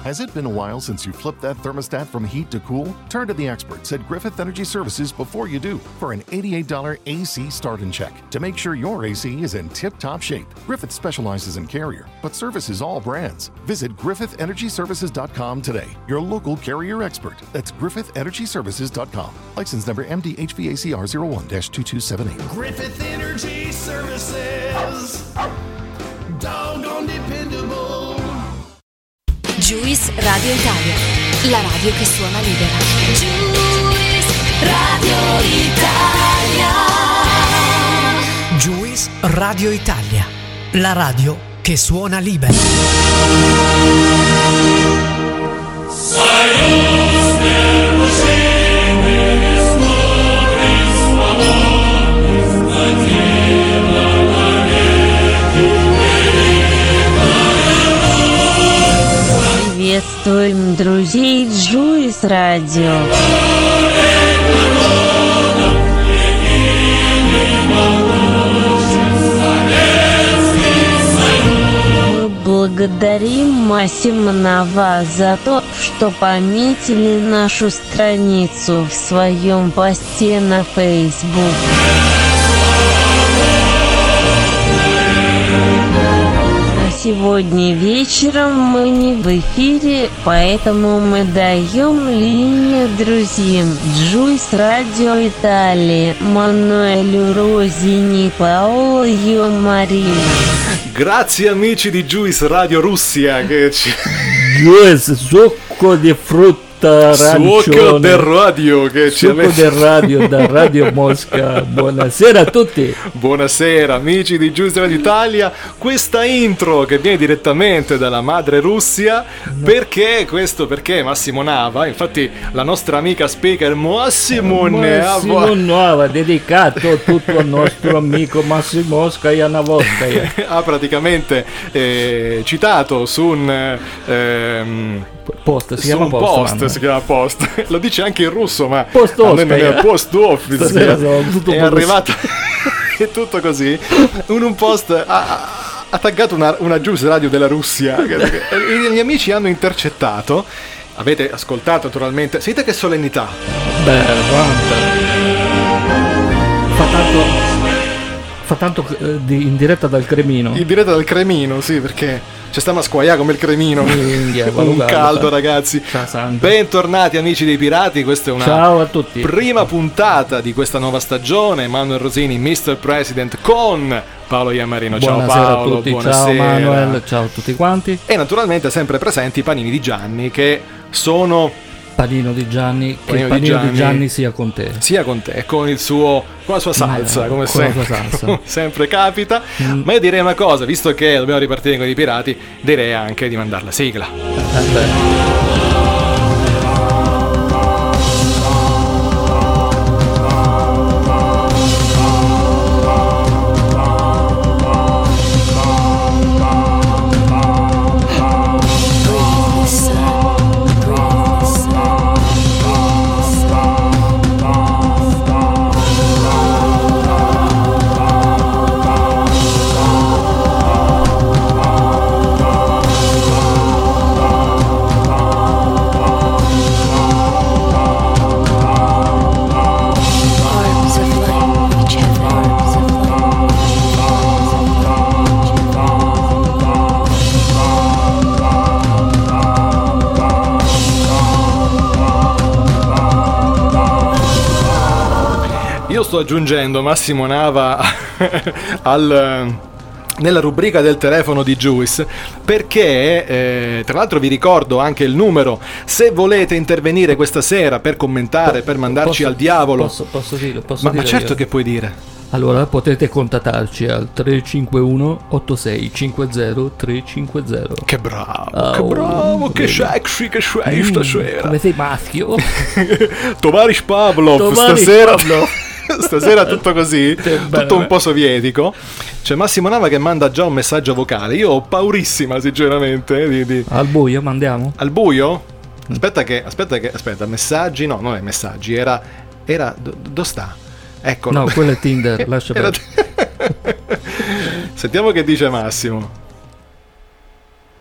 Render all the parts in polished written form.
Has it been a while since you flipped that thermostat from heat to cool? Turn to the experts at Griffith Energy Services before you do for an $88 AC start and check to make sure your AC is in tip-top shape. Griffith specializes in Carrier, but services all brands. Visit GriffithEnergyServices.com today. Your local Carrier expert. That's GriffithEnergyServices.com. License number MD-HVACR 01-2278. Griffith Energy Services. Doggone dependable. Juice Radio Italia, la radio che suona libera. Juice Radio Italia. Juice Radio Italia, la radio che suona libera. Приветствуем друзей Juice Radio. Мы благодарим Масимнова за то, что пометили нашу страницу в своем посте на Facebook. Сегодня вечером мы не в эфире, поэтому мы даем линию друзьям Juice Radio Italia, Мануэлю Розини, Паоло Марина. Grazie amici di Juice Radio Russia che ci... Juice, succo di frutta arancione. Succo del radio che ci Succo del radio da Radio Mosca. Buonasera a tutti. Buonasera amici di Juice Radio Italia. Questa intro che viene direttamente dalla madre Russia. Perché questo? Perché Massimo Nava, infatti la nostra amica speaker Massimo Nava, dedicato tutto al nostro amico Massimo Mosca e una volta ha praticamente citato su un post, si chiama post. Lo dice anche in russo, ma post office è arrivato è tutto così. Un post ha taggato una Juice Radio della Russia. I miei amici hanno intercettato. Avete ascoltato naturalmente. Sentite che solennità. Beh, fa tanto in diretta dal Cremino. In diretta dal Cremino, sì, perché ci stiamo a squaiare come il Cremino. Un caldo, ragazzi. Bentornati amici dei Pirati. Questa è una Ciao a tutti. Prima puntata di questa nuova stagione. Manuel Rosini, Mr. President, con Paolo Iammarino. Ciao Paolo, a tutti. Buonasera. Ciao Manuel, ciao a tutti quanti. E naturalmente sempre presenti i panini di Gianni, che sono Panino di Gianni, che il panino di Gianni sia con te. Sia con te, con la sua salsa, come sempre. Sempre capita. Ma io direi una cosa, visto che dobbiamo ripartire con i Pirati, direi anche di mandare la sigla. Io sto aggiungendo Massimo Nava nella rubrica del telefono di Juice, perché tra l'altro vi ricordo anche il numero se volete intervenire questa sera per commentare, per mandarci al diavolo. Posso dire ma certo che puoi dire. Allora potete contattarci al 351 8650 350. Che bravo, che sexy che sei stasera. Come sei maschio? Tovarish Pavlov, stasera tutto così, tutto un po' sovietico. C'è Massimo Nava che manda già un messaggio vocale. Io ho paurissima sinceramente Al buio mandiamo? Al buio? Aspetta, messaggi? No, non è messaggi, era dove sta? Eccolo. No, quello è Tinder, lascia perdere. Sentiamo che dice Massimo.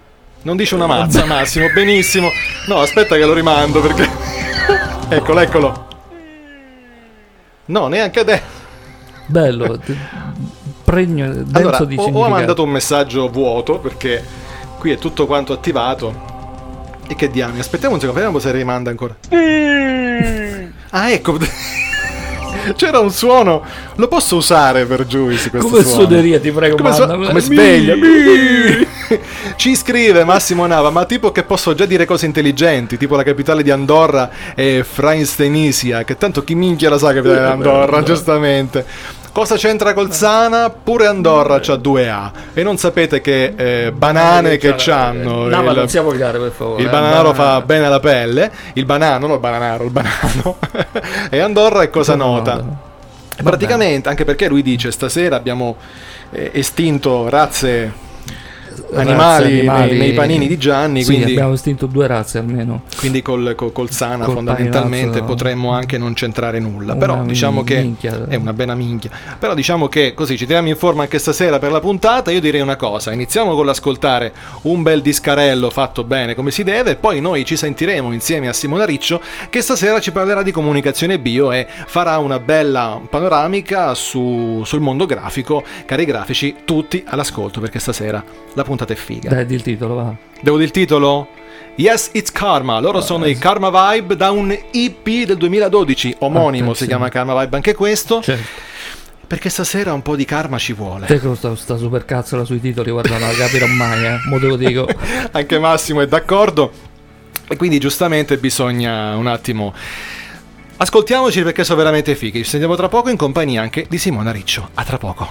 Non dice una mazza, Massimo, benissimo. No, aspetta che lo rimando perché... Eccolo. No, neanche adesso. Bello, pregno, denso allora, di significato. Ho mandato un messaggio vuoto perché qui è tutto quanto attivato. E che diamine, aspettiamo un secondo, vediamo se rimanda ancora. Ah, ecco. C'era un suono, lo posso usare per Juice questo come suono? suoneria, ti prego, come sveglia. Ci scrive Massimo Nava, ma tipo che posso già dire cose intelligenti, tipo la capitale di Andorra è Freinstenisia, che tanto chi minchia la sa capitale di Andorra, giustamente. Cosa c'entra col Zana? Pure Andorra c'ha 2A. E non sapete che banane che c'hanno. No, ma non sia volgare, per favore. Il bananaro fa bene alla pelle. Il banano, non il bananaro, il banano. E Andorra è cosa nota. Praticamente, anche perché lui dice stasera abbiamo estinto razze animali nei panini di Gianni, sì, quindi abbiamo estinto 2 razze almeno. Quindi col Zana fondamentalmente potremmo anche non c'entrare nulla. Però diciamo che è una bella minchia. Però diciamo che così ci teniamo in forma anche stasera per la puntata. Io direi una cosa: iniziamo con l'ascoltare un bel discarello fatto bene come si deve, e poi noi ci sentiremo insieme a Simona Riccio, che stasera ci parlerà di comunicazione bio e farà una bella panoramica sul mondo grafico. Cari grafici, tutti all'ascolto, perché stasera la puntata è figa. Dai, di il titolo, va. Devo dire il titolo? Yes, it's Karma. Loro sono i Karma Vibe, da un EP del 2012 omonimo, si chiama Karma Vibe anche questo. Certo. Perché stasera un po' di karma ci vuole. Te sta super cazzola sui titoli, guarda, non la capirò mai, mo te lo dico. Anche Massimo è d'accordo. E quindi giustamente bisogna un attimo... Ascoltiamoci perché sono veramente fighi. Ci sentiamo tra poco in compagnia anche di Simona Riccio. A tra poco.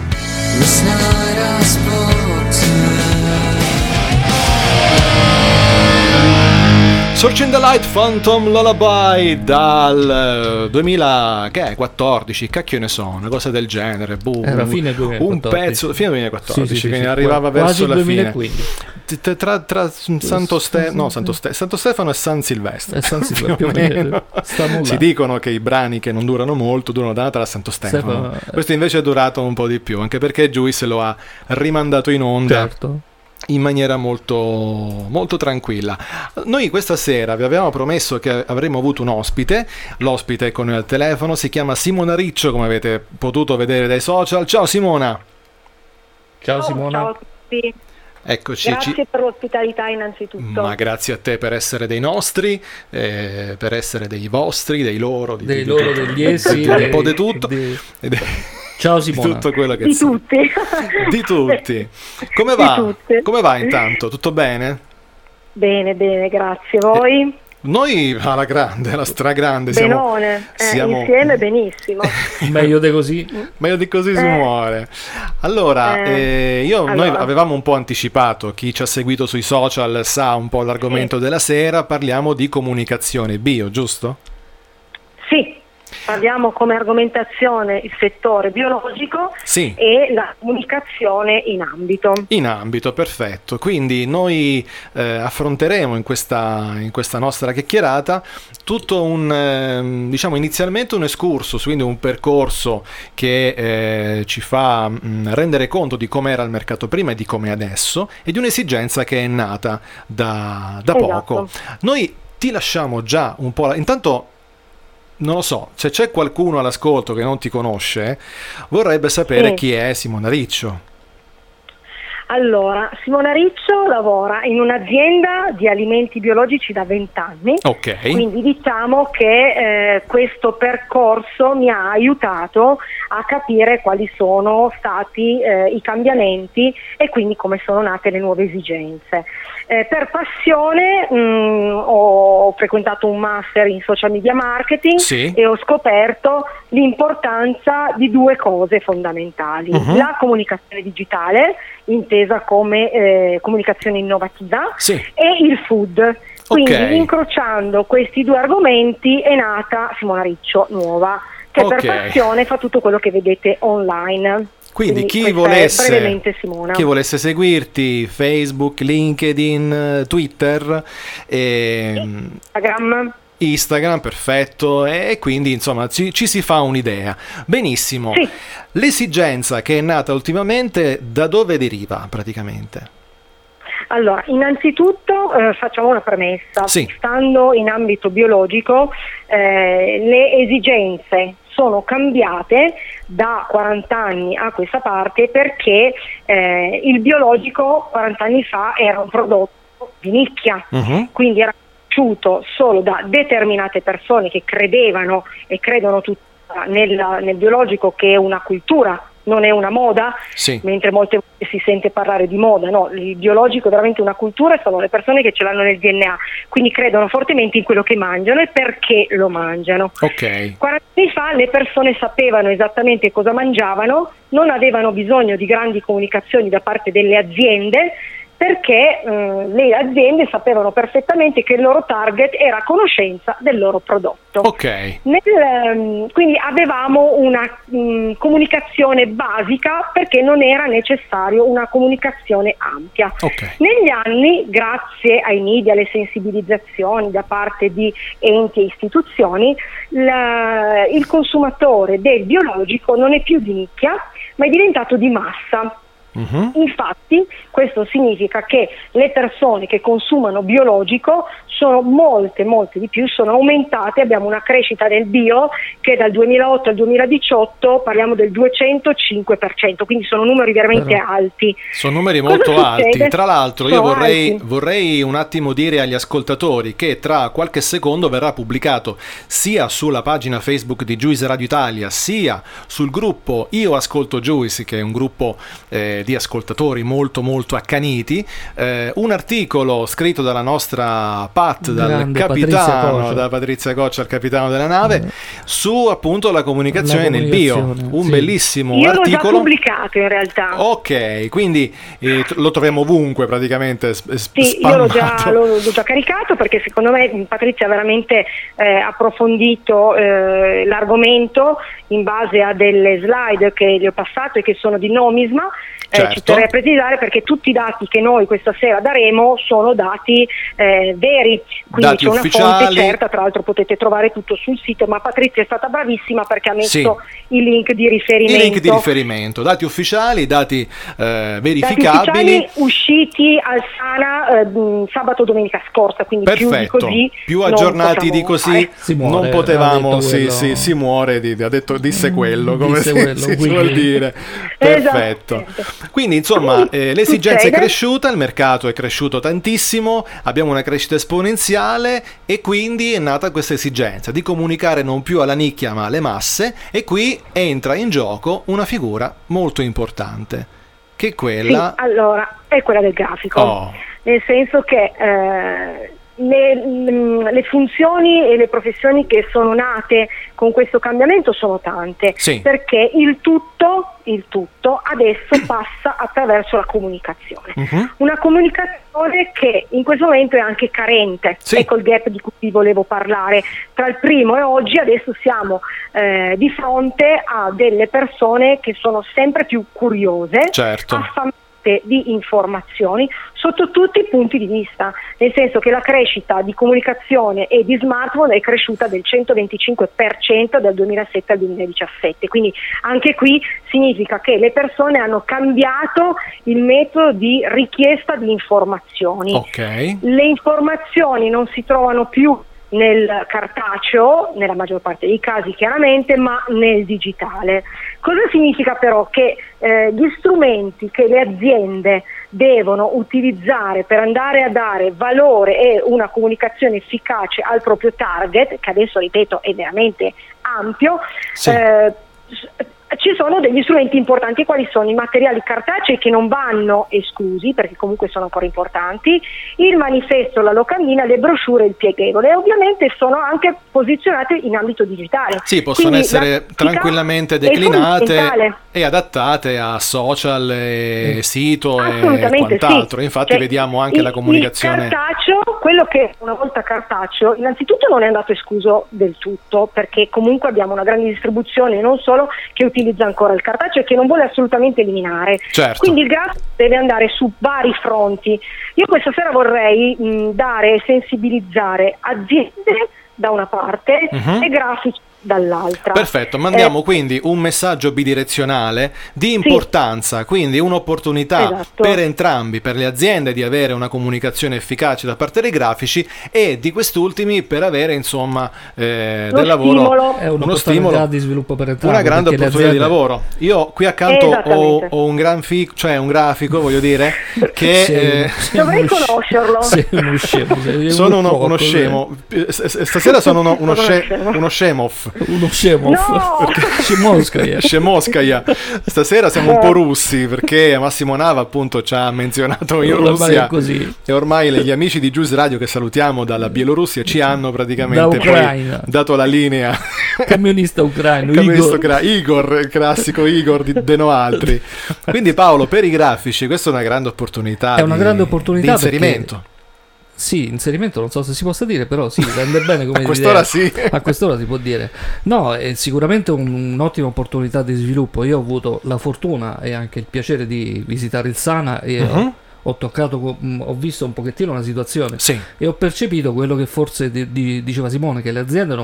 Searching the Light, Phantom Lullaby dal 2014, cacchio ne so, una cosa del genere. Era fine 2014. Un pezzo, fine 2014, sì, quindi arrivava verso la 2015. fine. Tra Santo Stefano e San Silvestre. Più o meno. Si dicono che i brani che non durano molto durano da Natale a Santo Stefano. Questo invece è durato un po' di più, anche perché Juice lo ha rimandato in onda. Certo. In maniera molto, molto tranquilla. Noi questa sera vi avevamo promesso che avremmo avuto un ospite. L'ospite è con noi al telefono, si chiama Simona Riccio, come avete potuto vedere dai social. Ciao Simona. Ciao Simona. Ciao a tutti. Eccoci. Grazie per l'ospitalità innanzitutto. Ma grazie a te per essere dei nostri, per essere dei vostri, dei loro, degli essi, un po' di tutto. Ciao Simona. Di tutto quello che di tutti. Di tutti. Come va? Come va intanto? Tutto bene? Bene, grazie. Voi? Noi alla grande, alla stragrande. Benone, siamo insieme benissimo. Meglio di così? Meglio di così si muore. Allora, noi avevamo un po' anticipato, chi ci ha seguito sui social sa un po' l'argomento della sera, parliamo di comunicazione bio, giusto? Sì. Parliamo come argomentazione il settore biologico e la comunicazione in ambito. In ambito, perfetto. Quindi noi affronteremo in questa nostra chiacchierata tutto diciamo inizialmente un excursus, quindi un percorso che ci fa rendere conto di come era il mercato prima e di come è adesso, e di un'esigenza che è nata da poco. Noi ti lasciamo già un po'... Intanto non lo so, se c'è qualcuno all'ascolto che non ti conosce, vorrebbe sapere chi è Simona Riccio. Allora, Simona Riccio lavora in un'azienda di alimenti biologici da 20 anni. Ok. Quindi diciamo che questo percorso mi ha aiutato a capire quali sono stati i cambiamenti e quindi come sono nate le nuove esigenze. Per passione ho frequentato un master in social media marketing e ho scoperto l'importanza di 2 cose fondamentali. La comunicazione digitale, intesa come comunicazione innovativa, e il food. Quindi incrociando questi 2 argomenti è nata Simona Riccio Nuova, che per passione fa tutto quello che vedete online. Quindi chi volesse seguirti, Facebook, LinkedIn, Twitter, Instagram, perfetto, e quindi insomma ci si fa un'idea. Benissimo. L'esigenza che è nata ultimamente da dove deriva praticamente? Allora, innanzitutto facciamo una premessa. Sì. Stando in ambito biologico, le esigenze sono cambiate da 40 anni a questa parte, perché il biologico 40 anni fa era un prodotto di nicchia, quindi era conosciuto solo da determinate persone che credevano e credono tuttora nel biologico, che è una cultura, non è una moda, Sì. mentre molte volte si sente parlare di moda. No, il biologico è veramente una cultura e sono le persone che ce l'hanno nel DNA, quindi credono fortemente in quello che mangiano e perché lo mangiano. Ok. 40 anni fa le persone sapevano esattamente cosa mangiavano, non avevano bisogno di grandi comunicazioni da parte delle aziende, perché le aziende sapevano perfettamente che il loro target era a conoscenza del loro prodotto. Ok. Quindi avevamo una comunicazione basica, perché non era necessario una comunicazione ampia. Ok. Negli anni, grazie ai media, alle sensibilizzazioni da parte di enti e istituzioni, il consumatore del biologico non è più di nicchia, ma è diventato di massa. Infatti questo significa che le persone che consumano biologico sono molte di più, sono aumentate. Abbiamo una crescita del bio che dal 2008 al 2018 parliamo del 205%, quindi sono numeri veramente alti. Sono numeri molto Cosa alti. succede? Tra l'altro io Sono vorrei un attimo dire agli ascoltatori che tra qualche secondo verrà pubblicato sia sulla pagina Facebook di Juice Radio Italia, sia sul gruppo Io Ascolto Juice, che è un gruppo di ascoltatori molto accaniti, un articolo scritto dalla nostra Pat, dal capitano, da Patrizia Coccia, il capitano della nave, su appunto la comunicazione nel bio. Un bellissimo Io articolo. l'ho già pubblicato in realtà. Ok, quindi lo troviamo ovunque praticamente. Sì, io l'ho già caricato, perché secondo me Patrizia ha veramente approfondito l'argomento in base a delle slide che gli ho passato e che sono di Nomisma. Certo. Ci terrei a precisare, perché tutti i dati che noi questa sera daremo sono dati veri, quindi dati c'è una ufficiali. fonte certa, tra l'altro potete trovare tutto sul sito, ma Patrizia è stata bravissima perché ha messo i link di riferimento. I link di riferimento, dati ufficiali, dati verificabili. Dati ufficiali usciti al Sana sabato domenica scorsa, quindi perfetto, più aggiornati di così non potevamo. Si muore, disse quello, come si suol dire. Perfetto. Quindi insomma l'esigenza è cresciuta, il mercato è cresciuto tantissimo, abbiamo una crescita esponenziale e quindi è nata questa esigenza di comunicare non più alla nicchia ma alle masse, e qui entra in gioco una figura molto importante, che è quella... Sì, allora, è quella del grafico, nel senso che le funzioni e le professioni che sono nate con questo cambiamento sono tante, perché il tutto adesso passa attraverso la comunicazione, una comunicazione che in questo momento è anche carente. Ecco il gap di cui vi volevo parlare tra il primo e oggi. Adesso siamo di fronte a delle persone che sono sempre più curiose, affamate di informazioni sotto tutti i punti di vista, nel senso che la crescita di comunicazione e di smartphone è cresciuta del 125% dal 2007 al 2017, quindi anche qui significa che le persone hanno cambiato il metodo di richiesta di informazioni. Le informazioni non si trovano più nel cartaceo, nella maggior parte dei casi chiaramente, ma nel digitale. Cosa significa però? Che gli strumenti che le aziende devono utilizzare per andare a dare valore e una comunicazione efficace al proprio target, che adesso ripeto è veramente ampio, ci sono degli strumenti importanti, quali sono i materiali cartacei, che non vanno esclusi perché comunque sono ancora importanti, il manifesto, la locandina, le brochure e il pieghevole, e ovviamente sono anche posizionate in ambito digitale. Possono quindi essere tranquillamente declinate e adattate a social e sito e quant'altro. Infatti vediamo anche la comunicazione. Il cartaceo, quello che una volta cartaceo, innanzitutto non è andato escluso del tutto, perché comunque abbiamo una grande distribuzione, non solo che utilizza ancora il cartaceo, che non vuole assolutamente eliminare. Quindi il grafico deve andare su vari fronti. Io questa sera vorrei dare e sensibilizzare aziende da una parte e grafici dall'altra. Perfetto, mandiamo quindi un messaggio bidirezionale di importanza, quindi un'opportunità per entrambi, per le aziende di avere una comunicazione efficace da parte dei grafici e di quest'ultimi per avere insomma del lavoro, uno stimolo di sviluppo per entrambi, una grande opportunità di lavoro. Io qui accanto ho un un grafico, voglio dire, che dovrei conoscerlo. Sono uno scemo. Stasera sono uno scemov. Uno Scemoskaya. Stasera siamo un po' russi perché Massimo Nava appunto ci ha menzionato in Russia e ormai gli amici di Juice Radio che salutiamo dalla Bielorussia ci hanno praticamente poi dato la linea. Camionista ucraino Igor, il classico Igor di Deno Altri. Quindi Paolo, per i grafici questa è una grande opportunità, di inserimento. Perché... Sì, inserimento non so se si possa dire, però sì, rende bene come a quest'ora sì. A quest'ora si può dire. No, è sicuramente un'ottima opportunità di sviluppo. Io ho avuto la fortuna e anche il piacere di visitare il Sana e ho visto un pochettino la situazione e ho percepito quello che forse diceva Simone, che le aziende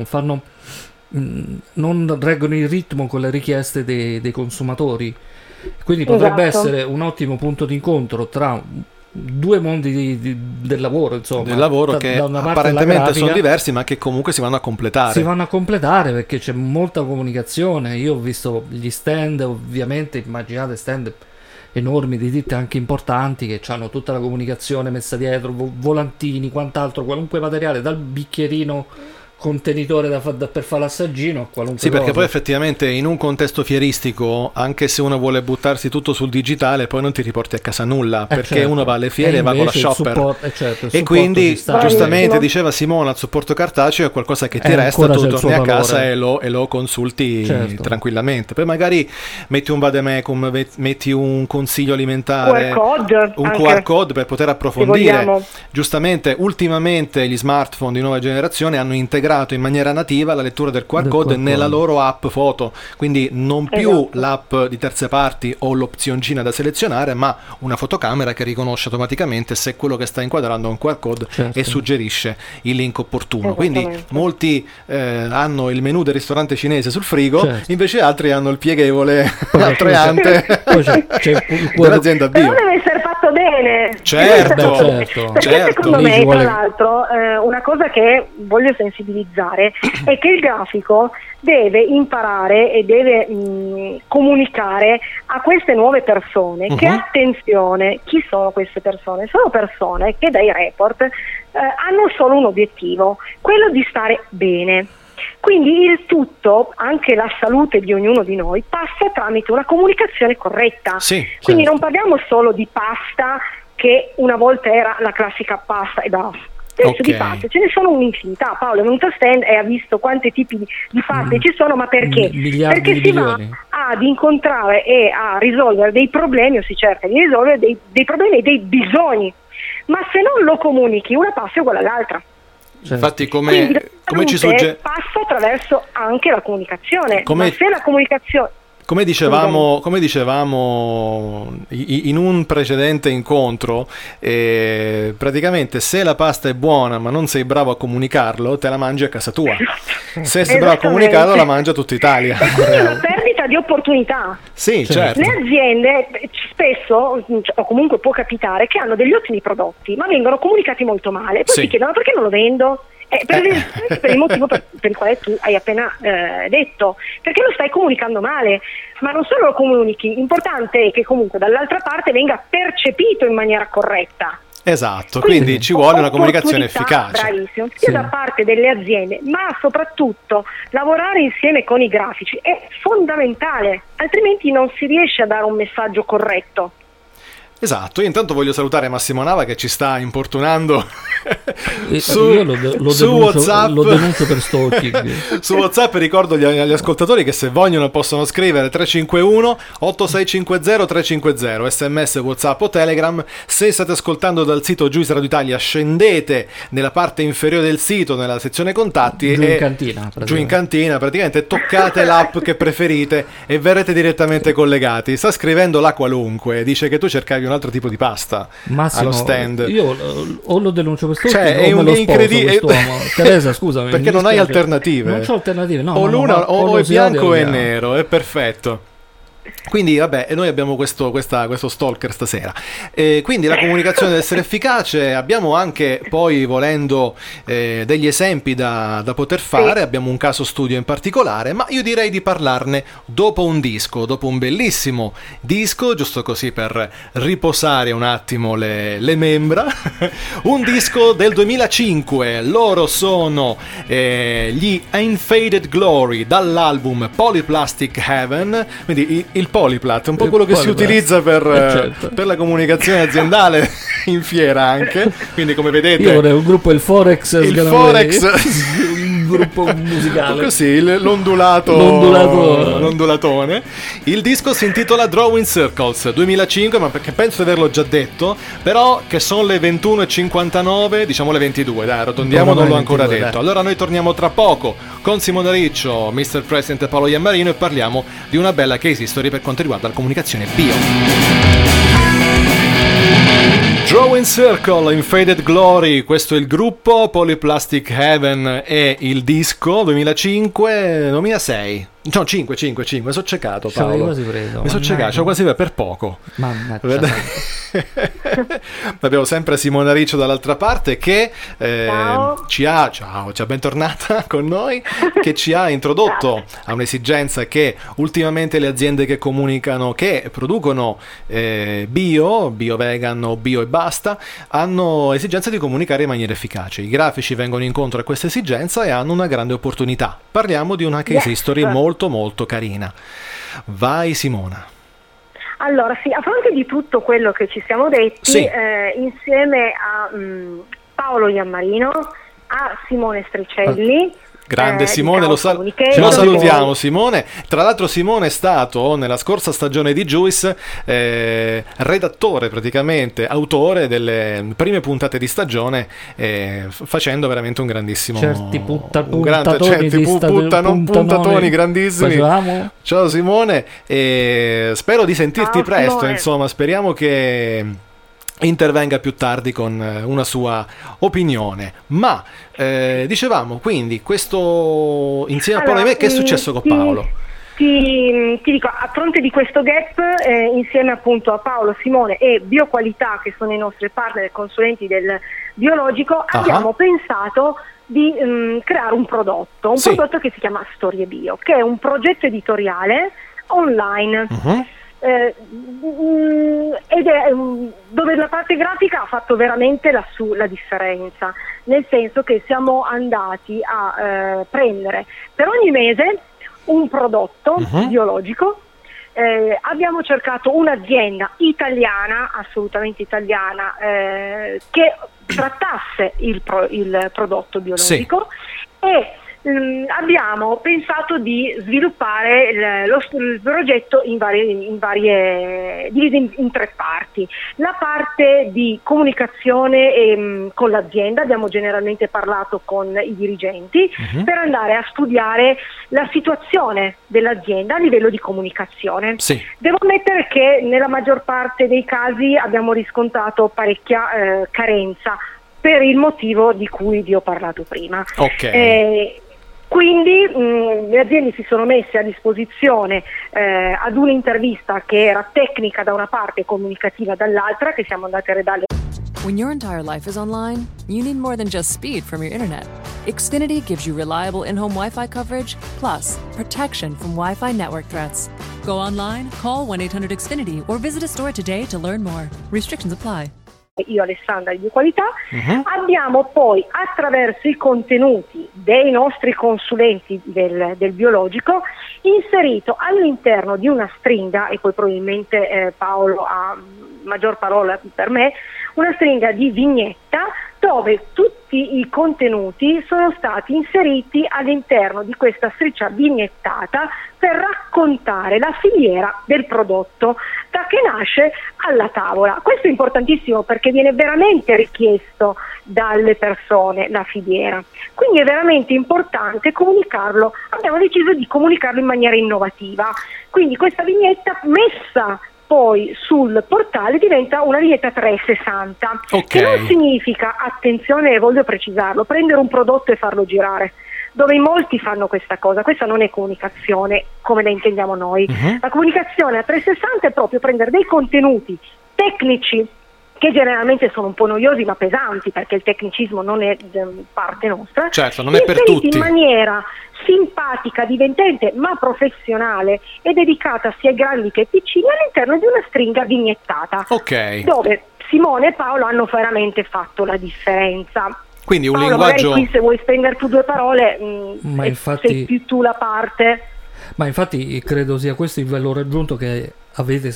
non reggono il ritmo con le richieste dei consumatori. Quindi potrebbe essere un ottimo punto di incontro tra due mondi del lavoro, insomma, del lavoro che apparentemente sono diversi ma che comunque si vanno a completare perché c'è molta comunicazione. Io ho visto gli stand, ovviamente immaginate stand enormi di ditte anche importanti che hanno tutta la comunicazione messa dietro, volantini, quant'altro, qualunque materiale, dal bicchierino contenitore per fare l'assaggino, qualunque sì, perché cosa. Poi effettivamente in un contesto fieristico, anche se uno vuole buttarsi tutto sul digitale, poi non ti riporti a casa nulla, perché uno va alle fiere e va con la shopper e quindi giustamente diceva Simona, il supporto cartaceo è qualcosa che ti resta, tu torni a casa e lo consulti tranquillamente. Poi magari metti un vademecum, metti un consiglio alimentare, un QR code per poter approfondire. Giustamente ultimamente gli smartphone di nuova generazione hanno integrato in maniera nativa la lettura del QR code nella loro app foto, quindi non più l'app di terze parti o l'opzioncina da selezionare, ma una fotocamera che riconosce automaticamente se quello che sta inquadrando è un QR code e suggerisce il link opportuno. Quindi molti hanno il menù del ristorante cinese sul frigo, invece altri hanno il pieghevole attraente dell'azienda bio. Però deve essere fatto bene. Certo. Secondo me, tra l'altro, una cosa che voglio sensibilizzare è che il grafico deve imparare e deve comunicare a queste nuove persone che attenzione, chi sono queste persone? Sono persone che dai report hanno solo un obiettivo, quello di stare bene. Quindi il tutto, anche la salute di ognuno di noi, passa tramite una comunicazione corretta. Quindi non parliamo solo di pasta, che una volta era la classica pasta e basta. Di paste ce ne sono un'infinità. Paolo è venuto a stand e ha visto quanti tipi di paste ci sono, ma perché? Perché si va ad incontrare e a risolvere dei problemi, o si cerca di risolvere dei problemi e dei bisogni, ma se non lo comunichi una pasta è uguale all'altra. Infatti come ci suggerisce, passa attraverso anche la comunicazione, ma se la comunicazione come dicevamo in un precedente incontro, praticamente se la pasta è buona ma non sei bravo a comunicarlo, te la mangi a casa tua. Se sei bravo a comunicarlo, la mangia tutta Italia. E quindi è una perdita di opportunità. Sì, certo. Le aziende spesso, o comunque può capitare, che hanno degli ottimi prodotti, ma vengono comunicati molto male. Poi si chiedono perché non lo vendo? Per il motivo per il quale tu hai appena detto, perché lo stai comunicando male, ma non solo lo comunichi, l'importante è che comunque dall'altra parte venga percepito in maniera corretta. Esatto, quindi ci vuole una comunicazione efficace. Bravissimo, sia da parte delle aziende, ma soprattutto lavorare insieme con i grafici è fondamentale, altrimenti non si riesce a dare un messaggio corretto. Esatto, io intanto voglio salutare Massimo Nava che ci sta importunando su WhatsApp. Lo denuncio per stalking. Su WhatsApp ricordo agli ascoltatori che se vogliono possono scrivere 351 8650 350, sms, WhatsApp o Telegram. Se state ascoltando dal sito Juice Radio Italia, scendete nella parte inferiore del sito, nella sezione contatti giù in cantina, praticamente toccate l'app che preferite e verrete direttamente collegati. Sta scrivendo la qualunque, dice che tu cercavi un altro tipo di pasta Massimo, allo stand. Io o lo denuncio quest'ultimo, Cioè, è o me un lo sposo incredibile. quest'uomo. Teresa, scusami. Perché non hai alternative? Non c'ho alternative, no. O no, l'una no, o è lo si odia bianco o e bianco. nero, è perfetto. Quindi vabbè, noi abbiamo questo stalker stasera, quindi la comunicazione deve essere efficace. Abbiamo anche poi, volendo, degli esempi da poter fare. Abbiamo un caso studio in particolare, ma io direi di parlarne dopo un bellissimo disco, giusto così per riposare un attimo le membra. Un disco del 2005, loro sono gli Unfaded Glory, dall'album Polyplastic Heaven. Quindi il polyplat, un po' quello che si utilizza per la comunicazione aziendale in fiera anche. Quindi, come vedete, io vorrei un gruppo, il Forex, un gruppo musicale così, l'ondulatone. Il disco si intitola Drawing Circles 2005, ma perché penso di averlo già detto, però che sono le 21:59, diciamo le 22, dai, arrotondiamo, non l'ho ancora detto. Dai. Allora noi torniamo tra poco con Simone Riccio, Mr. President e Paolo Iammarino, e parliamo di una bella case history per quanto riguarda la comunicazione bio. Drawing Circle, Unfaded Glory, questo è il gruppo, Polyplastic Heaven è il disco, 2006. No, 5, sono ciecato, Paolo. Quasi preso. Mi sono ciecato, c'ho quasi per poco. Abbiamo sempre Simona Riccio dall'altra parte che ci ha bentornata con noi, che ci ha introdotto a un'esigenza che ultimamente le aziende che comunicano, che producono bio vegan o bio e basta, hanno esigenza di comunicare in maniera efficace. I grafici vengono incontro a questa esigenza e hanno una grande opportunità. Parliamo di una case history molto carina. Vai, Simona. Allora, sì, a fronte di tutto quello che ci siamo detti, insieme a Paolo Iammarino, a Simone Stricelli, grande Simone, lo salutiamo Simone. Tra l'altro Simone è stato nella scorsa stagione di Juice redattore, praticamente autore delle prime puntate di stagione, facendo veramente un grandissimo puntatoni grandissimi. Facevamo. Ciao Simone, spero di sentirti presto, insomma, speriamo che intervenga più tardi con una sua opinione. Ma dicevamo, quindi, questo insieme a Paolo e me, che è successo con Paolo? Ti dico, a fronte di questo gap, insieme appunto a Paolo, Simone e Bioqualità, che sono i nostri partner consulenti del biologico, abbiamo pensato di creare un prodotto che si chiama Storie Bio, che è un progetto editoriale online. Ed è dove la parte grafica ha fatto veramente la differenza, nel senso che siamo andati a prendere per ogni mese un prodotto biologico. Abbiamo cercato un'azienda italiana, assolutamente italiana, che trattasse il prodotto biologico, e abbiamo pensato di sviluppare il progetto diviso in tre parti. La parte di comunicazione con l'azienda, abbiamo generalmente parlato con i dirigenti per andare a studiare la situazione dell'azienda a livello di comunicazione. Devo ammettere che nella maggior parte dei casi abbiamo riscontrato parecchia carenza, per il motivo di cui vi ho parlato prima. Quindi le aziende si sono messe a disposizione ad un'intervista che era tecnica da una parte e comunicativa dall'altra, che siamo andati a redalle. When your entire life is online, you need more than just speed from your internet. Xfinity gives you reliable in-home Wi-Fi coverage, plus protection from Wi-Fi network threats. Go online, call 1-800-XFINITY or visit a store today to learn more. Restrictions apply. Io, Alessandra di Bioqualità, abbiamo poi, attraverso i contenuti dei nostri consulenti del biologico, inserito all'interno di una stringa, e poi probabilmente Paolo ha maggior parola per me, una stringa di vignetta dove tutti i contenuti sono stati inseriti all'interno di questa striscia vignettata per raccontare la filiera del prodotto da che nasce alla tavola. Questo è importantissimo perché viene veramente richiesto dalle persone la filiera, quindi è veramente importante comunicarlo. Abbiamo deciso di comunicarlo in maniera innovativa, quindi questa vignetta messa poi sul portale diventa una vignetta 360, che non significa, attenzione, voglio precisarlo, prendere un prodotto e farlo girare, dove in molti fanno questa cosa. Questa non è comunicazione come la intendiamo noi. La comunicazione a 360 è proprio prendere dei contenuti tecnici che generalmente sono un po' noiosi ma pesanti, perché il tecnicismo non è parte nostra, certo, non è per tutti, in maniera simpatica, divertente ma professionale e dedicata sia ai grandi che ai piccini all'interno di una stringa vignettata, dove Simone e Paolo hanno veramente fatto la differenza. Quindi un Paolo, linguaggio, magari qui se vuoi spendere tu due parole, ma infatti, sei più tu la parte. Ma infatti credo sia questo il valore aggiunto che avete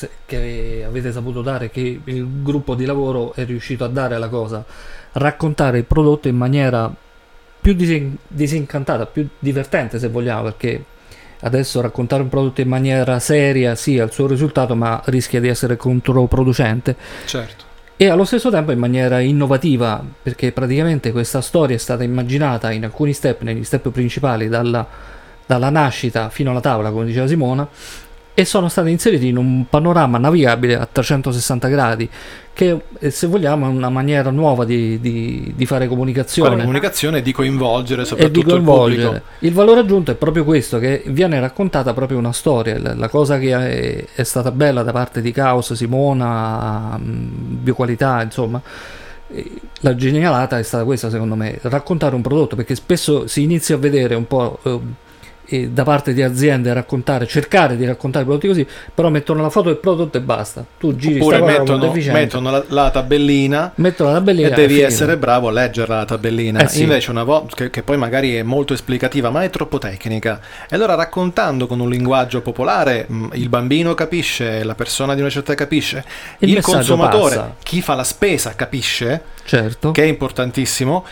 saputo dare, che il gruppo di lavoro è riuscito a dare alla cosa, raccontare il prodotto in maniera più disincantata, più divertente se vogliamo, perché adesso raccontare un prodotto in maniera seria sì ha il suo risultato, ma rischia di essere controproducente. Certo. E allo stesso tempo in maniera innovativa, perché praticamente questa storia è stata immaginata in alcuni step, negli step principali, dalla nascita fino alla tavola, come diceva Simona, e sono stati inseriti in un panorama navigabile a 360 gradi, che se vogliamo è una maniera nuova di fare comunicazione, e di coinvolgere soprattutto il pubblico. Il valore aggiunto è proprio questo, che viene raccontata proprio una storia. La cosa che è stata bella da parte di Caos, Simona, Bioqualità, insomma, la genialata è stata questa, secondo me, raccontare un prodotto, perché spesso si inizia a vedere un po' da parte di aziende cercare di raccontare prodotti così, però mettono la foto del prodotto e basta. Tu giri, oppure mettono la tabellina, e devi essere bravo a leggerla la tabellina. Invece una volta che poi magari è molto esplicativa ma è troppo tecnica, e allora raccontando con un linguaggio popolare il bambino capisce, la persona di una certa capisce, il consumatore passa. Chi fa la spesa capisce, certo, che è importantissimo.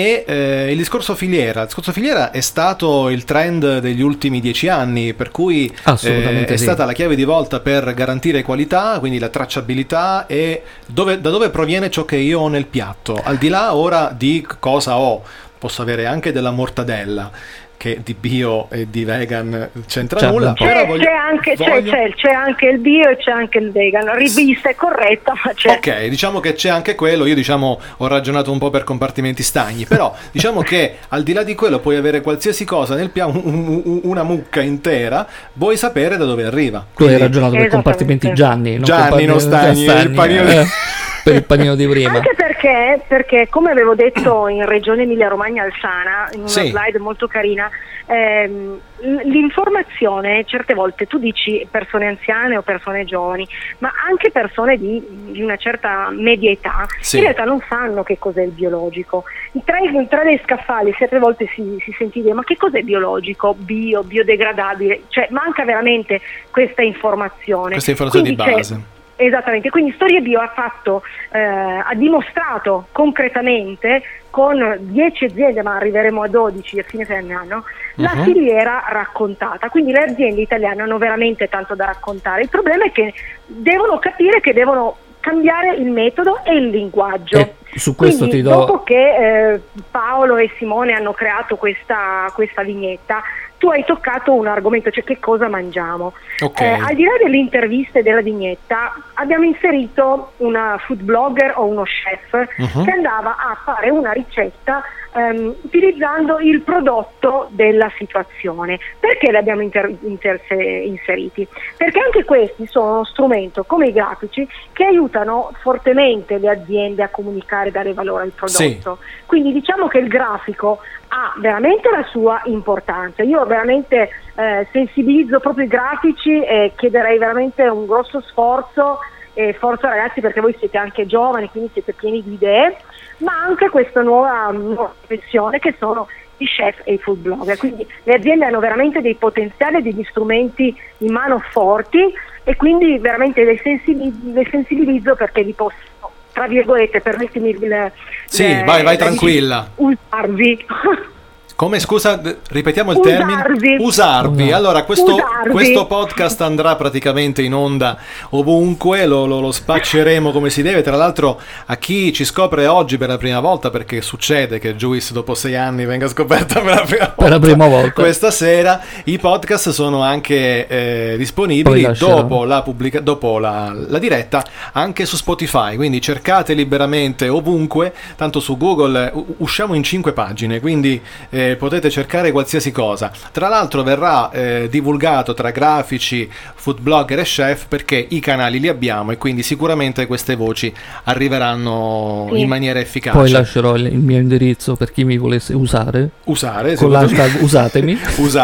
E il discorso filiera è stato il trend degli ultimi 10 anni, per cui è stata la chiave di volta per garantire qualità, quindi la tracciabilità e da dove proviene ciò che io ho nel piatto, al di là ora di cosa ho. Posso avere anche della mortadella, che di bio e di vegan c'entra nulla, però c'è anche il bio e c'è anche il vegan, rivista è corretta, ma c'è. Ok, diciamo che c'è anche quello. Io ho ragionato un po' per compartimenti stagni, però diciamo che al di là di quello puoi avere qualsiasi cosa nel piano, una mucca intera, vuoi sapere da dove arriva. Tu hai ragionato per compartimenti Gianni, non stagni, il panino per il panino di prima. Anche perché come avevo detto in Regione Emilia-Romagna Alsana, in una slide molto carina, l'informazione certe volte tu dici persone anziane o persone giovani, ma anche persone di una certa media età in realtà non sanno che cos'è il biologico. Tra le scaffali certe volte si sente dire: ma che cos'è biologico, biodegradabile? Cioè manca veramente questa informazione di base. Esattamente, quindi Storie Bio ha dimostrato concretamente con 10 aziende, ma arriveremo a 12 a fine anno, la filiera raccontata. Quindi le aziende italiane hanno veramente tanto da raccontare. Il problema è che devono capire che devono cambiare il metodo e il linguaggio. Su questo quindi, dopo che Paolo e Simone hanno creato questa vignetta, tu hai toccato un argomento, cioè che cosa mangiamo. Al di là delle interviste della vignetta, abbiamo inserito una food blogger o uno chef che andava a fare una ricetta utilizzando il prodotto della situazione. Perché li abbiamo inseriti? Perché anche questi sono uno strumento, come i grafici, che aiutano fortemente le aziende a comunicare e dare valore al prodotto. Quindi diciamo che il grafico ha veramente la sua importanza. Io veramente sensibilizzo proprio i grafici e chiederei veramente un grosso sforzo, forza ragazzi, perché voi siete anche giovani, quindi siete pieni di idee, ma anche questa nuova professione che sono i chef e i food blogger. Quindi le aziende hanno veramente dei potenziali, degli strumenti in mano forti, e quindi veramente le sensibilizzo perché vi posso, tra virgolette, permettimi vai tranquilla, ultarvi. Come, scusa, ripetiamo il termine? Usarvi. Allora, questo podcast andrà praticamente in onda ovunque, lo spacceremo come si deve. Tra l'altro, a chi ci scopre oggi per la prima volta, perché succede che Juice dopo 6 anni venga scoperta per la prima volta questa sera, i podcast sono anche disponibili dopo la diretta anche su Spotify, quindi cercate liberamente ovunque, tanto su Google usciamo in 5 pagine, quindi potete cercare qualsiasi cosa. Tra l'altro verrà divulgato tra grafici, food blogger e chef, perché i canali li abbiamo e quindi sicuramente queste voci arriveranno in maniera efficace. Poi lascerò il mio indirizzo per chi mi volesse usare con l'hashtag usatemi.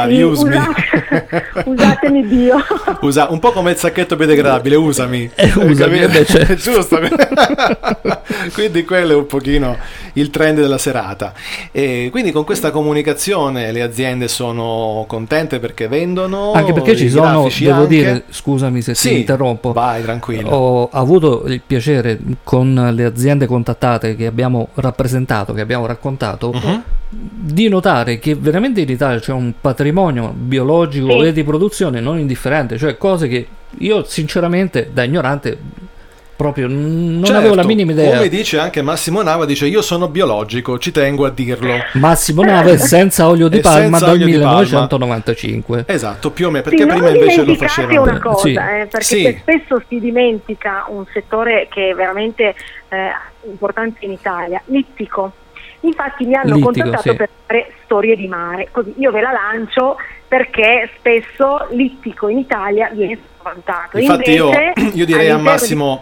Usatemi Dio. Un po' come il sacchetto biodegradabile, usami. Usami invece. Giusto. Quindi quello è un pochino il trend della serata. E quindi con questa comunicazione le aziende sono contente perché vendono, anche perché ci sono, devo anche dire, scusami se ti interrompo, vai tranquillo, ho avuto il piacere con le aziende contattate che abbiamo rappresentato, che abbiamo raccontato, di notare che veramente in Italia c'è un patrimonio biologico e di produzione non indifferente, cioè cose che io sinceramente da ignorante proprio non avevo la minima idea. Come dice anche Massimo Nava, dice io sono biologico, ci tengo a dirlo. Massimo Nava è senza olio di palma dal 1995. Esatto, più o meno, perché prima invece lo facevano. Una cosa, perché spesso si dimentica un settore che è veramente importante in Italia, l'ittico. Infatti mi hanno contattato per fare storie di mare, così io ve la lancio perché spesso l'ittico in Italia viene svantato. Infatti io direi a Massimo,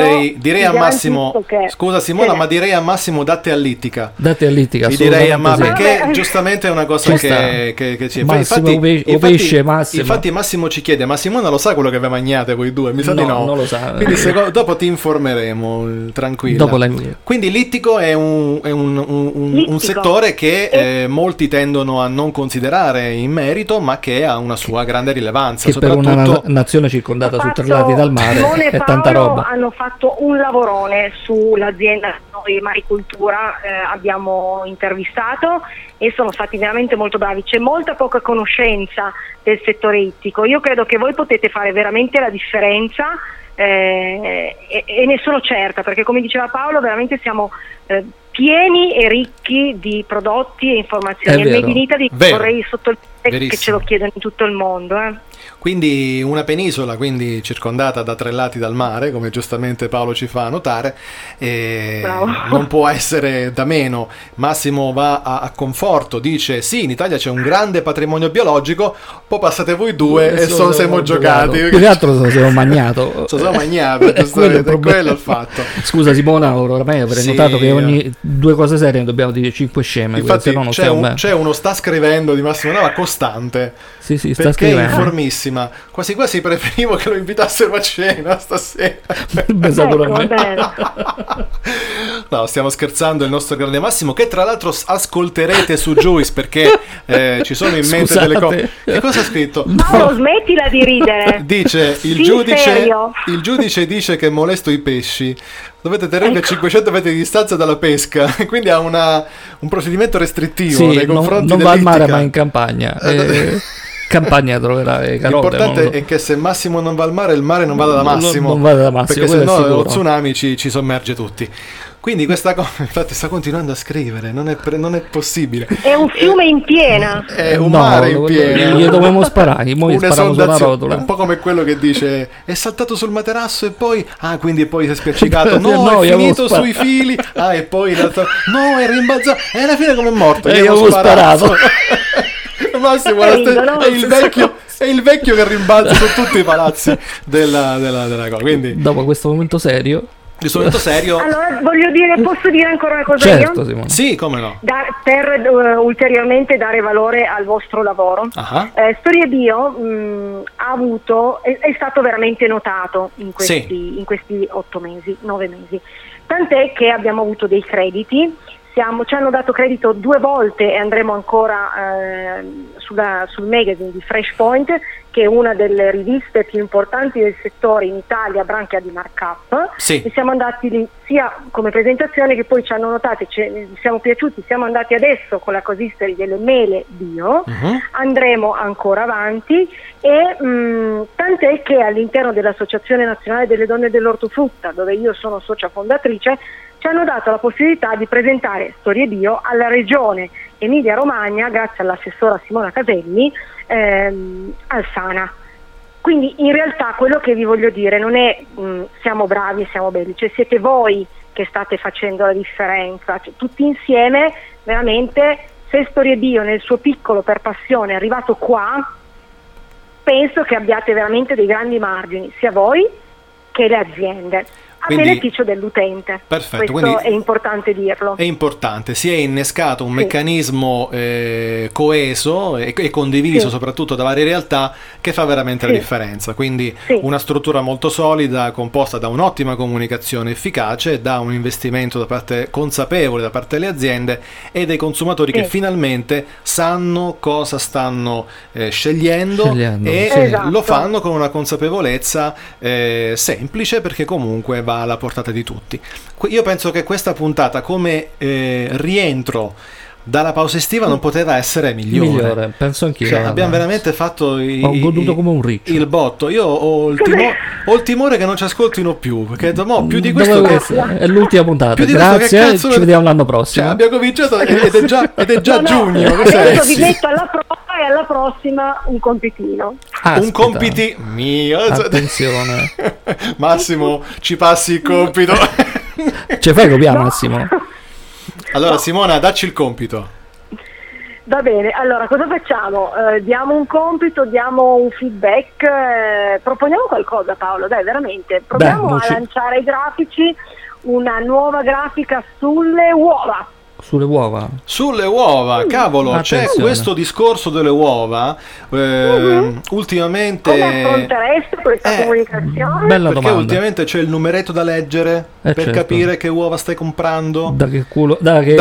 scusa Simona, ma direi a Massimo date all'ittica. Direi a Massimo, perché giustamente è una cosa che ci Massimo infatti Massimo ci chiede, ma Simona lo sa quello che vi mangiate voi due? Mi sa di no. Non lo sa. Quindi dopo ti informeremo, tranquilla. Quindi l'ittico è un settore che molti tendono a non considerare in merito, ma che ha una sua grande rilevanza, che soprattutto per una nazione circondata su 3 lati dal mare è tanta roba. Hanno fatto un lavorone sull'azienda noi Maricoltura, abbiamo intervistato e sono stati veramente molto bravi. C'è molta poca conoscenza del settore ittico. Io credo che voi potete fare veramente la differenza e ne sono certa, perché come diceva Paolo veramente siamo pieni e ricchi di prodotti e informazioni. Il Made in Italy vorrei sottolineare che ce lo chiedono in tutto il mondo. Quindi una penisola, quindi circondata da 3 lati dal mare, come giustamente Paolo ci fa notare, non può essere da meno. Massimo va a conforto, dice sì, in Italia c'è un grande patrimonio biologico, poi passate voi due e siamo giocati. Più che altro se siamo magnato. Giustamente, quello è il fatto. Scusa Simona, oramai avrei notato che ogni 2 cose serie dobbiamo dire 5 sceme. Infatti c'è uno sta scrivendo di Massimo Nava costante. Sì, sta perché scrivendo. È informissima. Quasi quasi preferivo che lo invitassero a cena stasera. No, stiamo scherzando, il nostro grande Massimo, che tra l'altro ascolterete su Juice, perché ci sono in mente delle cose. Che cosa ha scritto? No, smettila di ridere. Dice il giudice dice che molesto i pesci. Dovete tenere 500 metri di distanza dalla pesca, quindi ha un procedimento restrittivo nei confronti non va al mare ma in campagna. Campagna troverà l'importante è che se Massimo non va al mare, il mare non vada da Massimo, non vada da Massimo, perché se no lo tsunami ci sommerge tutti. Quindi questa cosa, infatti sta continuando a scrivere, non è possibile. È un fiume in piena. È un mare in piena. Gli dovevamo sparare, gli spariamo su una rotola. Un po' come quello che dice è saltato sul materasso e poi quindi poi si è spiaccicato. No, è finito sui fili. E poi in realtà è rimbalzato. E alla fine come è morto? Gli avevo sparato. Massimo è il vecchio che rimbalza su tutti i palazzi della cosa. Quindi dopo questo momento serio allora posso dire ancora una cosa? Certo, io? Simone. Sì, come no, per ulteriormente dare valore al vostro lavoro. Storie Bio è stato veramente notato in questi 8 mesi, 9 mesi, tant'è che abbiamo avuto dei crediti. Ci hanno dato credito 2 volte e andremo ancora sul magazine di Fresh Point, che è una delle riviste più importanti del settore in Italia, branchia di Markup, sì. E siamo andati lì sia come presentazione che poi ci hanno notato, ci siamo piaciuti, siamo andati adesso con la cosistory delle mele bio, andremo ancora avanti e tant'è che all'interno dell'Associazione Nazionale delle Donne dell'Ortofrutta, dove io sono socia fondatrice, ci hanno dato la possibilità di presentare Storie Bio alla regione Emilia-Romagna grazie all'assessora Simona Caselli al Sana. Quindi in realtà quello che vi voglio dire non è siamo bravi e siamo belli, cioè siete voi che state facendo la differenza, cioè, tutti insieme veramente. Se Storie Bio nel suo piccolo per passione è arrivato qua, penso che abbiate veramente dei grandi margini, sia voi che le aziende, a beneficio dell'utente. Perfetto, questo è importante dirlo. È importante, si è innescato un meccanismo coeso e condiviso soprattutto da varie realtà che fa veramente la differenza, quindi una struttura molto solida composta da un'ottima comunicazione efficace, da un investimento da parte consapevole da parte delle aziende e dei consumatori che finalmente sanno cosa stanno scegliendo e lo fanno con una consapevolezza semplice, perché comunque va alla portata di tutti. Io penso che questa puntata come rientro dalla pausa estiva non poteva essere migliore. Penso anch'io. Cioè, abbiamo veramente fatto ho goduto come un riccio il botto. Io ho il timore che non ci ascoltino più, perché più di questo è l'ultima puntata. Grazie, ci vediamo l'anno prossimo. Cioè, abbiamo cominciato ed è già giugno. Adesso vi metto alla prova e alla prossima un compitino. Un compiti mio. Attenzione. Massimo, ci passi il compito. Ce fai copiare, Massimo? Allora Simona, dacci il compito. Va bene, allora cosa facciamo? Diamo un compito, diamo un feedback, proponiamo qualcosa, Paolo, dai, veramente. Proviamo a lanciare ai grafici una nuova grafica sulle uova. Sulle uova? Sulle uova, cavolo, attenzione. C'è questo discorso delle uova ultimamente. Come affrontereste questa comunicazione? Bella perché domanda. ultimamente c'è il numeretto da leggere per capire che uova stai comprando. Da che culo,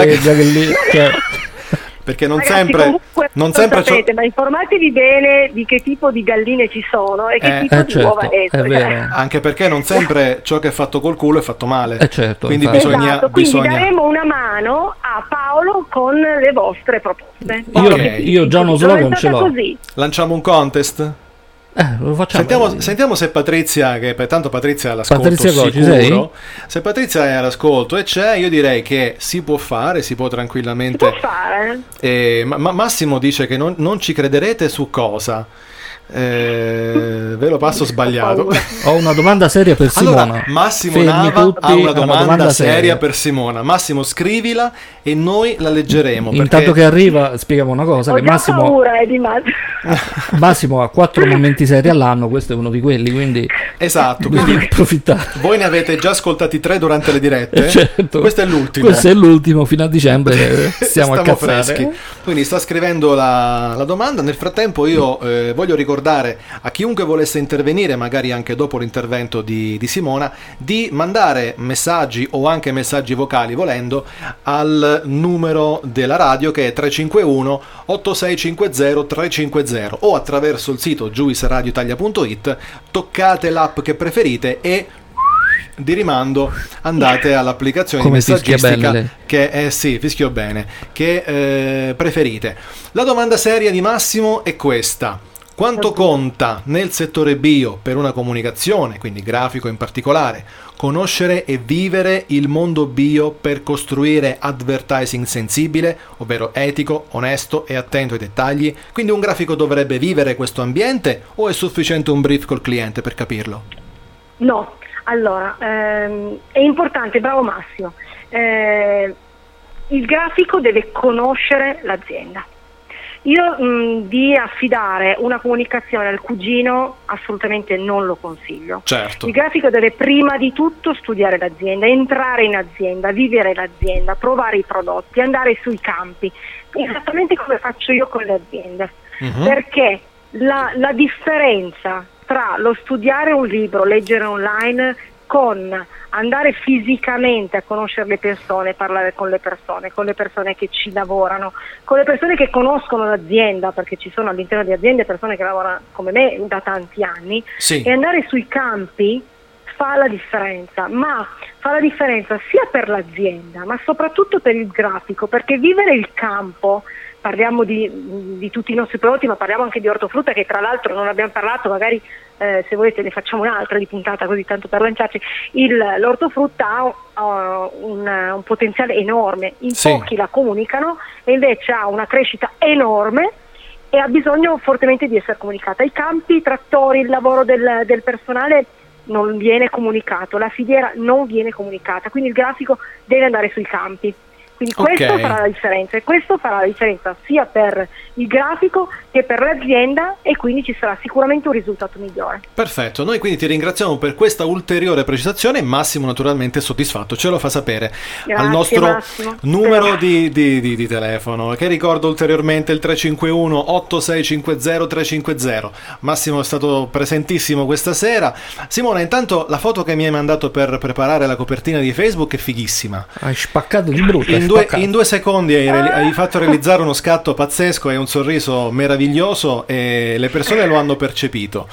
perché non Ragazzi, sempre sapete, ma informatevi bene di che tipo di galline ci sono e che tipo di uova è vero. Anche perché non sempre ciò che è fatto col culo è fatto male. Quindi quindi bisogna daremo una mano a Paolo con le vostre proposte. Io già uno slogan ce l'ho. Così. Lanciamo un contest. Lo facciamo. Sentiamo se Patrizia, che tanto Patrizia è all'ascolto Patrizia sicuro, se Patrizia è all'ascolto e c'è, io direi che si può fare, si può tranquillamente. Si può fare. Ma Massimo dice che non ci crederete su cosa. Ve lo passo sbagliato. Ho una domanda seria per Simona. Allora, Massimo Nava ha una domanda seria per Simona. Massimo, scrivila e noi la leggeremo. Intanto che arriva, spieghiamo una cosa. Ho che già paura di Massimo ha 4 momenti seri all'anno, questo è uno di quelli, quindi esatto, quindi approfittate. Voi ne avete già ascoltati 3 durante le dirette. Certo. Questo è l'ultimo. Questo è l'ultimo, fino a dicembre stiamo a cazzare. Freschi. Quindi sta scrivendo la domanda. Nel frattempo io voglio ricordare a chiunque volesse intervenire, magari anche dopo l'intervento di Simona, di mandare messaggi o anche messaggi vocali volendo al numero della radio, che è 351 8650 350, o attraverso il sito juiceradioitalia.it. Toccate l'app che preferite e di rimando andate all'applicazione di messaggistica che è fischio bene, che preferite. La domanda seria di Massimo è questa: quanto conta nel settore bio per una comunicazione, quindi grafico in particolare, conoscere e vivere il mondo bio per costruire advertising sensibile, ovvero etico, onesto e attento ai dettagli? Quindi un grafico dovrebbe vivere questo ambiente o è sufficiente un brief col cliente per capirlo? No, allora è importante, bravo Massimo, il grafico deve conoscere l'azienda. Io di affidare una comunicazione al cugino assolutamente non lo consiglio. Certo. Il grafico deve prima di tutto studiare l'azienda, entrare in azienda, vivere l'azienda, provare i prodotti, andare sui campi, esattamente come faccio io con le aziende. Perché la differenza tra lo studiare un libro, leggere online, con andare fisicamente a conoscere le persone, parlare con le persone che ci lavorano, con le persone che conoscono l'azienda, perché ci sono all'interno di aziende persone che lavorano come me da tanti anni, sì. E andare sui campi fa la differenza, ma fa la differenza sia per l'azienda, ma soprattutto per il grafico, perché vivere il campo, parliamo di tutti i nostri prodotti, ma parliamo anche di ortofrutta, che tra l'altro non abbiamo parlato, magari se volete ne facciamo un'altra di puntata, così tanto per lanciarci. L'ortofrutta ha un potenziale enorme, in sì. Pochi la comunicano e invece ha una crescita enorme e ha bisogno fortemente di essere comunicata. I campi, i trattori, il lavoro del personale non viene comunicato, la filiera non viene comunicata, quindi il grafico deve andare sui campi. Quindi questo farà la differenza, e questo farà la differenza sia per il grafico che per l'azienda, e quindi ci sarà sicuramente un risultato migliore. Perfetto, noi quindi ti ringraziamo per questa ulteriore precisazione. Massimo naturalmente è soddisfatto, ce lo fa sapere. Grazie, al nostro Massimo. numero di telefono, che ricordo ulteriormente il 351 8650 350. Massimo è stato presentissimo questa sera. Simona, intanto la foto che mi hai mandato per preparare la copertina di Facebook è fighissima. Hai spaccato di brutto. In 2 secondi hai fatto realizzare uno scatto pazzesco e un sorriso meraviglioso, e le persone lo hanno percepito.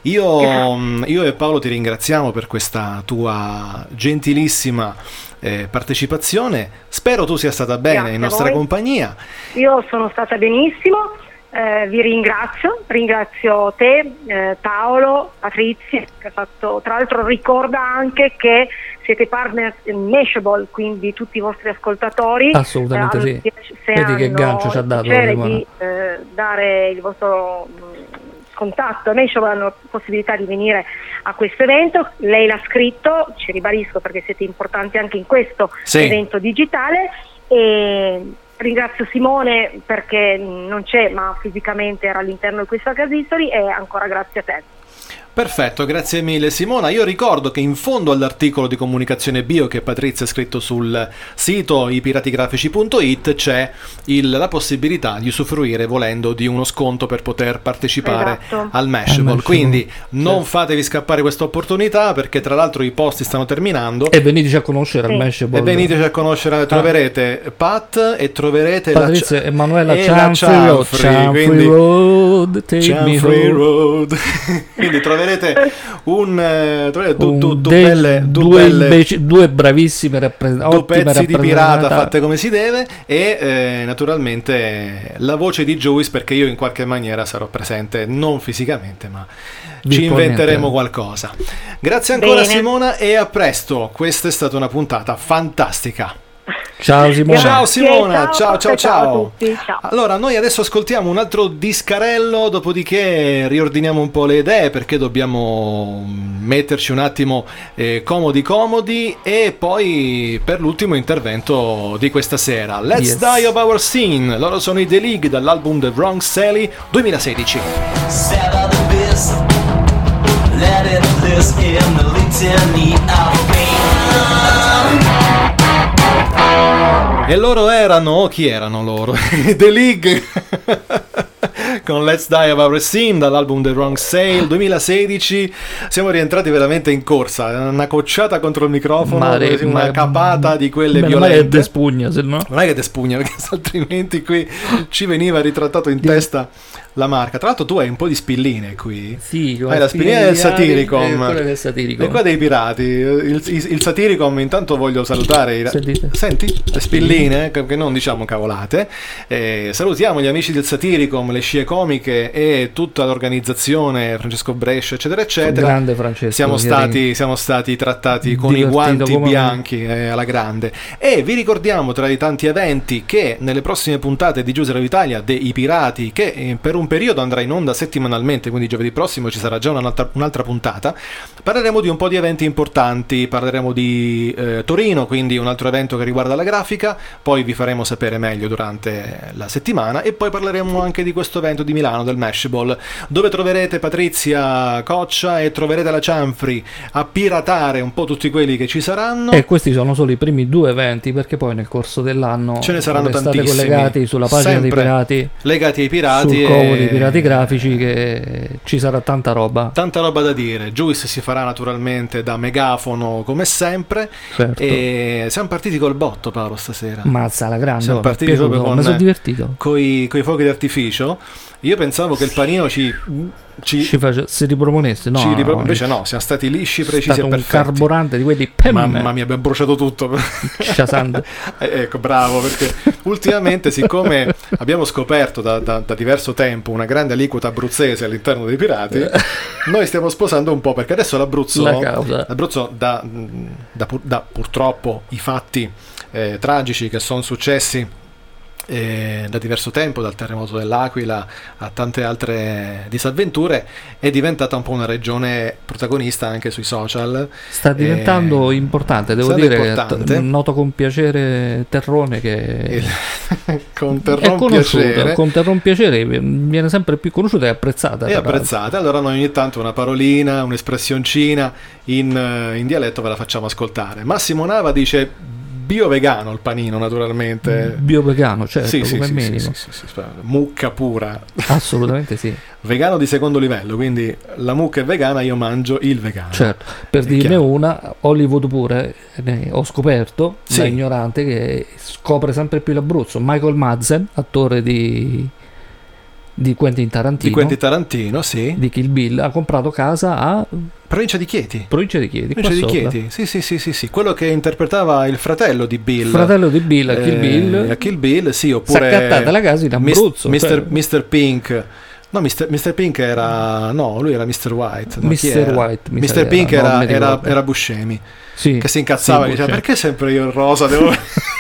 Io e Paolo ti ringraziamo per questa tua gentilissima partecipazione. Spero tu sia stata bene. Grazie in nostra compagnia. Io sono stata benissimo. Vi ringrazio te, Paolo, Patrizia, che ha fatto, tra l'altro ricorda anche che siete partner Mashable, quindi tutti i vostri ascoltatori. Assolutamente sì. Vedi che gancio ci ha dato di dare il vostro contatto a Mashable, hanno possibilità di venire a questo evento. Lei l'ha scritto, ci ribadisco, perché siete importanti anche in questo evento digitale, e ringrazio Simone perché non c'è, ma fisicamente era all'interno di questa Case History, e ancora grazie a te. Perfetto, grazie mille Simona. Io ricordo che in fondo all'articolo di comunicazione bio che Patrizia ha scritto sul sito ipiratigrafici.it c'è la possibilità di usufruire, volendo, di uno sconto per poter partecipare al Mashable. Quindi non fatevi scappare questa opportunità, perché tra l'altro i posti stanno terminando. E veniteci a conoscere al Mashable. E veniteci a conoscere, troverete Pat e troverete Patrizia, Emanuela Cianfrey, quindi Road, take me home. Quindi troverete due bravissime rappresentanti, due pezzi di pirata fatte come si deve, e naturalmente la voce di Juice, perché io in qualche maniera sarò presente, non fisicamente, ma ci inventeremo qualcosa. Grazie ancora Simona, e a presto. Questa è stata una puntata fantastica. Ciao Simona. Ciao Simona, ciao. Ciao. Allora, noi adesso ascoltiamo un altro discarello, dopodiché riordiniamo un po' le idee, perché dobbiamo metterci un attimo comodi, e poi per l'ultimo intervento di questa sera, Let's Die of Our Scene. Loro sono i The League, dall'album The Wrong Sally 2016. E loro erano, chi erano loro? The League con Let's Die of Our Scene, dall'album The Wrong Sale 2016. Siamo rientrati veramente in corsa, una cocciata contro il microfono, una capata di quelle violente. Non è che te spugna, se no. Non è che te spugna, perché altrimenti qui ci veniva ritrattato in testa la marca. Tra l'altro tu hai un po' di spilline qui. Sì, hai la spillina del Satiricom, e qua dei pirati. Il Satiricom, intanto voglio salutare senti le spilline, che non diciamo cavolate. Salutiamo gli amici del Satiricom, le scie comiche e tutta l'organizzazione, Francesco Brescia, eccetera eccetera. Grande Francesco. Siamo stati trattati con i guanti bianchi alla grande. E vi ricordiamo, tra i tanti eventi, che nelle prossime puntate di Giuse Radio Italia dei Pirati, che per un periodo andrà in onda settimanalmente, quindi giovedì prossimo ci sarà già un'altra puntata, parleremo di un po' di eventi importanti. Parleremo di Torino, quindi un altro evento che riguarda la grafica, poi vi faremo sapere meglio durante la settimana, e poi parleremo anche di questo evento centro di Milano del Mashball, dove troverete Patrizia Coccia e troverete la Cianfri a piratare un po' tutti quelli che ci saranno. E questi sono solo i primi 2 eventi, perché poi nel corso dell'anno ce ne saranno state tantissimi collegati sulla pagina dei pirati, legati ai pirati, sul covo dei pirati grafici, che ci sarà tanta roba da dire. Juice si farà naturalmente da megafono come sempre, certo. E siamo partiti col botto, Paolo, stasera. Mazza la grande, siamo partiti proprio mi sono divertito coi fuochi d'artificio. Io pensavo che il panino si riproponesse, invece no, siamo stati lisci, precisi e perfetti. Un carburante di quelli, mamma mia, abbiamo bruciato tutto. Ecco, bravo, perché ultimamente, siccome abbiamo scoperto da diverso tempo una grande aliquota abruzzese all'interno dei pirati, noi stiamo sposando un po', perché adesso l'Abruzzo dà purtroppo i fatti tragici che sono successi da diverso tempo, dal terremoto dell'Aquila a tante altre disavventure, è diventata un po' una regione protagonista anche sui social. Sta diventando importante, devo dire, importante. Noto con piacere Terrone, che con Terron piacere viene sempre più conosciuta e apprezzata. Allora noi ogni tanto una parolina, un'espressioncina in dialetto ve la facciamo ascoltare. Massimo Nava dice bio-vegano il panino, naturalmente. Bio-vegano, certo, sì, minimo. Sì, mucca pura. Assolutamente sì. Vegano di secondo livello, quindi la mucca è vegana, io mangio il vegano. Certo, per dirne una, Hollywood pure, ho scoperto, da ignorante, che scopre sempre più l'Abruzzo. Michael Madsen, attore di Quentin Tarantino, sì. Di Kill Bill, ha comprato casa a Provincia di Chieti. Sì. Quello che interpretava il fratello di Bill. A Kill Bill, sì, oppure s'accattata la casa in Abruzzo. Mr. Pink. No, Mr. Pink era... No, lui era Mr. White. Mr. Pink era Buscemi. Sì, che si incazzava e diceva, perché sempre io il rosa devo...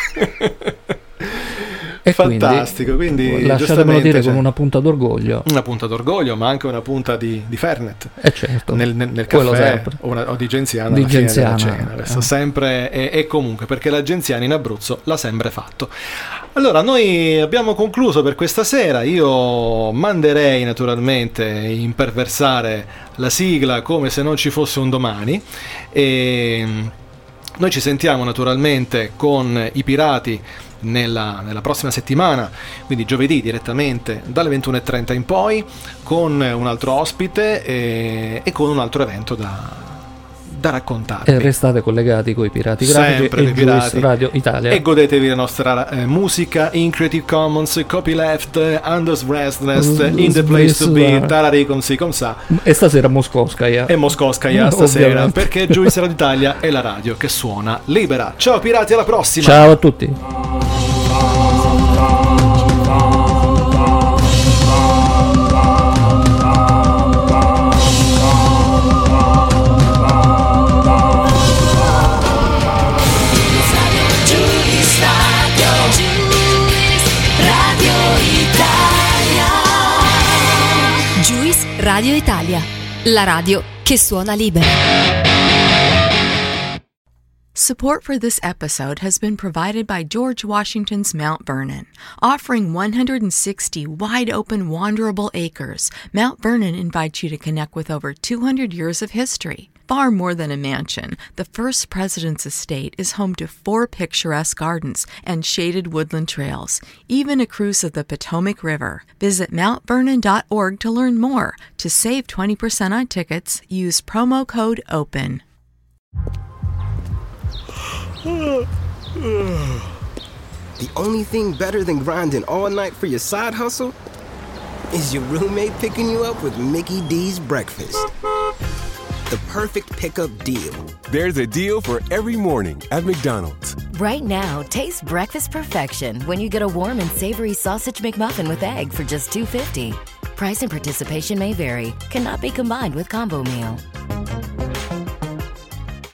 E fantastico, quindi lasciatemelo dire, con una punta d'orgoglio, ma anche una punta di Fernet, certo, nel caffè o di Genziana alla fine della cena. Sempre e comunque, perché la Genziana in Abruzzo l'ha sempre fatto. Allora, noi abbiamo concluso per questa sera. Io manderei naturalmente imperversare la sigla come se non ci fosse un domani, e noi ci sentiamo naturalmente con i pirati nella prossima settimana, quindi giovedì direttamente dalle 21:30 in poi, con un altro ospite e con un altro evento da raccontarvi. E restate collegati con i pirati grafici e Juice Radio Italia, e godetevi la nostra musica in Creative Commons, copyleft, undisrestness, in the place to be, tarari con si con sa. E stasera Moskovskaya stasera, perché Juice Radio Italia è la radio che suona libera. Ciao pirati, alla prossima. Ciao a tutti. Radio Italia, la radio che suona libera. Support for this episode has been provided by George Washington's Mount Vernon. Offering 160 wide-open, wanderable acres, Mount Vernon invites you to connect with over 200 years of history. Far more than a mansion, the first president's estate is home to 4 picturesque gardens and shaded woodland trails, even a cruise of the Potomac River. Visit mountvernon.org to learn more. To save 20% on tickets, use promo code OPEN. The only thing better than grinding all night for your side hustle is your roommate picking you up with Mickey D's breakfast. The perfect pickup deal. There's a deal for every morning at McDonald's. Right now, taste breakfast perfection when you get a warm and savory sausage McMuffin with egg for just $2.50. Price and participation may vary. Cannot be combined with combo meal.